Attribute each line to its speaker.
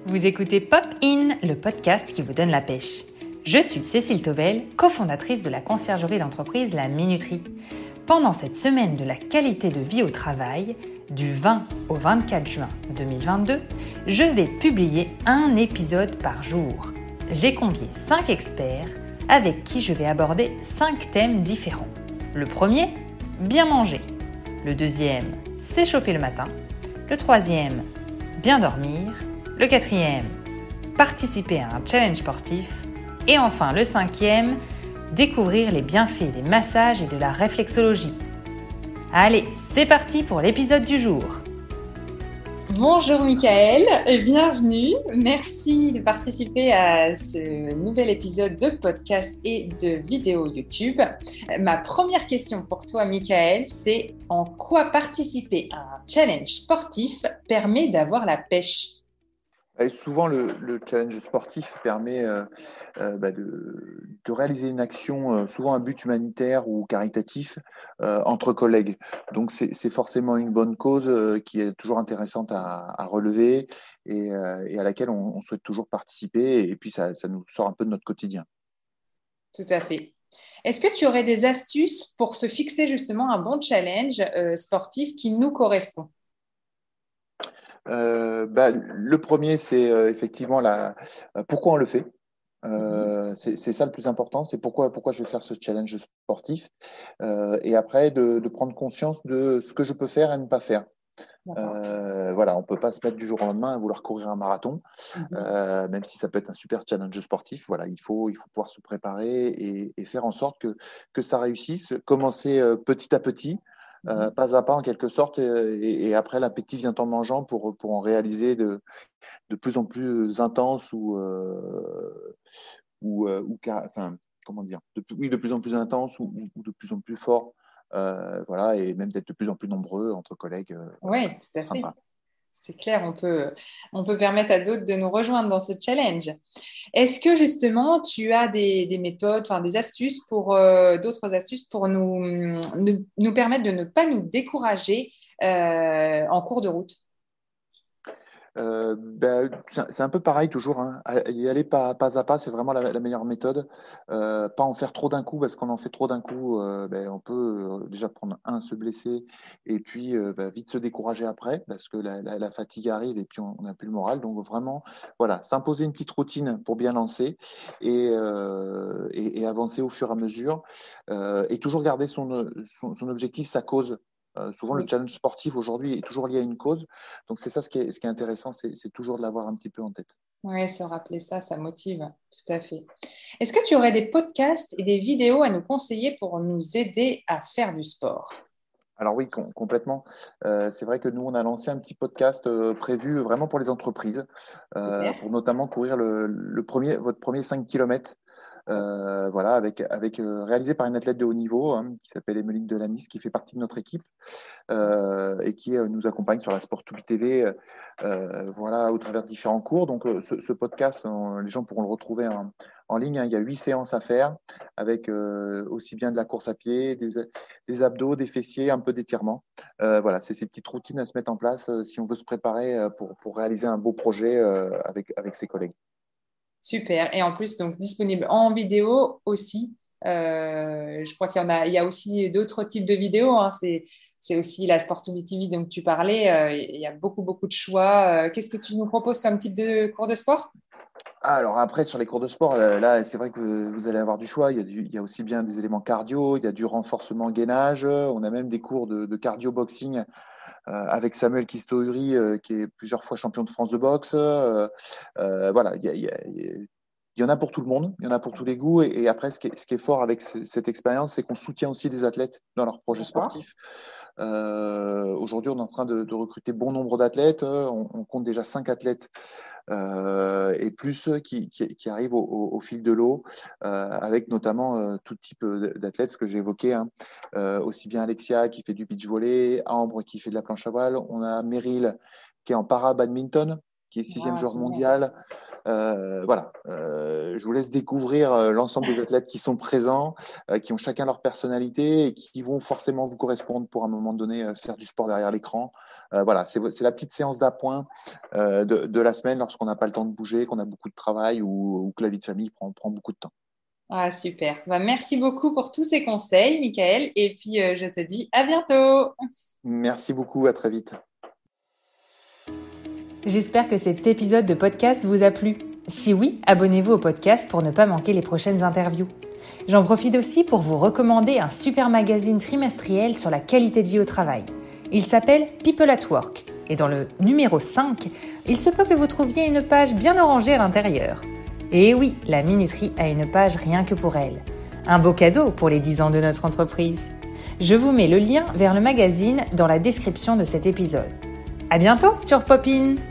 Speaker 1: Vous écoutez Pop In, le podcast qui vous donne la pêche. Je suis Cécile Tovel, cofondatrice de la conciergerie d'entreprise La Minuterie. Pendant cette semaine de la qualité de vie au travail, du 20 au 24 juin 2022, je vais publier un épisode par jour. J'ai convié 5 experts avec qui je vais aborder 5 thèmes différents. Le premier, bien manger. Le deuxième, s'échauffer le matin. Le troisième, bien dormir. Le quatrième, participer à un challenge sportif. Et enfin, le cinquième, découvrir les bienfaits des massages et de la réflexologie. Allez, c'est parti pour l'épisode du jour. Bonjour Mickaël, bienvenue. Merci de participer à ce nouvel épisode de podcast et de vidéo YouTube. Ma première question pour toi Mickaël, c'est en quoi participer à un challenge sportif permet d'avoir la pêche ?
Speaker 2: Et souvent, le challenge sportif permet de réaliser une action, souvent un but humanitaire ou caritatif, entre collègues. Donc, c'est forcément une bonne cause qui est toujours intéressante à relever et à laquelle on souhaite toujours participer. Et puis, ça nous sort un peu de notre quotidien.
Speaker 1: Tout à fait. Est-ce que tu aurais des astuces pour se fixer justement un bon challenge sportif qui nous correspond ?
Speaker 2: Le premier, c'est effectivement pourquoi on le fait. C'est ça le plus important, c'est pourquoi je vais faire ce challenge sportif. Et après, de prendre conscience de ce que je peux faire et ne pas faire. Voilà, on peut pas se mettre du jour au lendemain à vouloir courir un marathon, même si ça peut être un super challenge sportif. Voilà, il faut pouvoir se préparer et faire en sorte que ça réussisse. Commencer petit à petit. Pas à pas en quelque sorte, et après l'appétit vient en mangeant pour en réaliser de plus en plus intense enfin, comment dire, de plus en plus intense ou de plus en plus fort, voilà, et même d'être de plus en plus nombreux entre collègues.
Speaker 1: Oui, tout à fait. C'est clair, on peut permettre à d'autres de nous rejoindre dans ce challenge. Est-ce que justement, tu as des méthodes, enfin des astuces d'autres astuces pour nous permettre de ne pas nous décourager en cours de route ?
Speaker 2: C'est un peu pareil toujours, hein. Y aller pas à pas, c'est vraiment la meilleure méthode. Pas en faire trop d'un coup, parce qu'on en fait trop d'un coup, on peut déjà se blesser, et puis vite se décourager après, parce que la fatigue arrive et puis on n'a plus le moral. Donc vraiment, voilà, s'imposer une petite routine pour bien lancer et avancer au fur et à mesure, et toujours garder son objectif, sa cause. Souvent, le
Speaker 1: Oui.
Speaker 2: challenge sportif aujourd'hui est toujours lié à une cause. Donc, c'est ça ce qui est intéressant, c'est toujours de l'avoir un petit peu en tête.
Speaker 1: Oui, se rappeler ça, ça motive, tout à fait. Est-ce que tu aurais des podcasts et des vidéos à nous conseiller pour nous aider à faire du sport ?
Speaker 2: Alors oui, complètement. C'est vrai que nous, on a lancé un petit podcast prévu vraiment pour les entreprises,
Speaker 1: Super.
Speaker 2: pour notamment courir votre premier 5 km. Voilà, réalisé par une athlète de haut niveau, hein, qui s'appelle Emeline Delanis, qui fait partie de notre équipe, et qui nous accompagne sur la Sport2B TV, voilà, au travers de différents cours. Donc, ce podcast, les gens pourront le retrouver en ligne, hein. Il y a 8 séances à faire, avec aussi bien de la course à pied, des abdos, des fessiers, un peu d'étirement. Voilà, c'est ces petites routines à se mettre en place si on veut se préparer pour réaliser un beau projet avec ses collègues.
Speaker 1: Super. Et en plus, donc disponible en vidéo aussi. Je crois il y a aussi d'autres types de vidéos, hein. C'est aussi la Sport2B TV dont tu parlais. Il y a beaucoup de choix. Qu'est-ce que tu nous proposes comme type de cours de sport ?
Speaker 2: Alors après, sur les cours de sport, là, c'est vrai que vous allez avoir du choix. Il y a aussi bien des éléments cardio, il y a du renforcement gainage. On a même des cours de cardio boxing avec Samuel Kisto-Uri, qui est plusieurs fois champion de France de boxe. Voilà, il y en a pour tout le monde, il y en a pour tous les goûts. Et après, ce qui est fort avec cette expérience, c'est qu'on soutient aussi des athlètes dans leurs projets
Speaker 1: D'accord.
Speaker 2: sportifs. Aujourd'hui, on est en train de recruter bon nombre d'athlètes. On compte déjà 5 athlètes et plus qui arrivent au fil de l'eau, avec notamment tout type d'athlètes, ce que j'ai évoqué, hein. Aussi bien Alexia qui fait du beach volley, Ambre qui fait de la planche à voile. On a Meryl qui est en para-badminton, qui est 6e joueur
Speaker 1: Génial.
Speaker 2: mondial. Voilà, je vous laisse découvrir l'ensemble des athlètes qui sont présents, qui ont chacun leur personnalité et qui vont forcément vous correspondre pour à un moment donné faire du sport derrière l'écran. Voilà, c'est la petite séance d'appoint de la semaine lorsqu'on n'a pas le temps de bouger, qu'on a beaucoup de travail ou que la vie de famille prend beaucoup de temps.
Speaker 1: Ah, super. Merci beaucoup pour tous ces conseils, Michael. Et puis, je te dis à bientôt.
Speaker 2: Merci beaucoup, à très vite.
Speaker 1: J'espère que cet épisode de podcast vous a plu. Si oui, abonnez-vous au podcast pour ne pas manquer les prochaines interviews. J'en profite aussi pour vous recommander un super magazine trimestriel sur la qualité de vie au travail. Il s'appelle People at Work et dans le numéro 5, il se peut que vous trouviez une page bien orangée à l'intérieur. Et oui, la minuterie a une page rien que pour elle. Un beau cadeau pour les 10 ans de notre entreprise. Je vous mets le lien vers le magazine dans la description de cet épisode. À bientôt sur Popin!